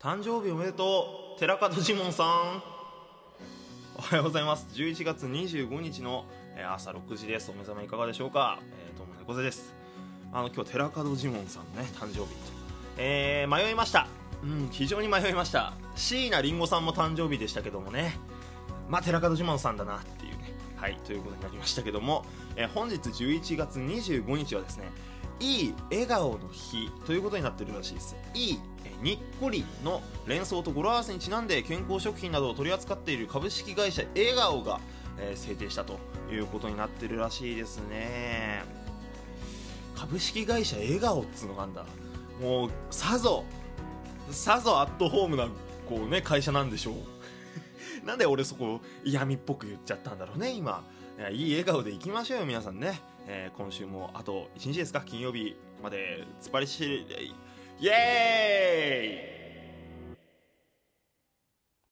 誕生日おめでとう、寺門ジモンさん。おはようございます。11月25日の朝6時です。お目覚めいかがでしょうか。どうも猫背です。今日寺門ジモンさんのね誕生日と、迷いました。非常に迷いました。椎名林檎さんも誕生日でしたけどもね、寺門ジモンさんだなっていうね、はいということになりましたけども、本日11月25日はですね、いい笑顔の日ということになっているらしいです。いいにっこりの連想と語呂合わせにちなんで、健康食品などを取り扱っている株式会社笑顔が、制定したということになっているらしいですね。株式会社笑顔っつうのがあんだ。もうさぞアットホームなこうね会社なんでしょうなんで俺そこ嫌味っぽく言っちゃったんだろうね今。いい笑顔でいきましょうよ皆さんね。今週もあと1日ですか、金曜日まで突っ張りしてイエーイ。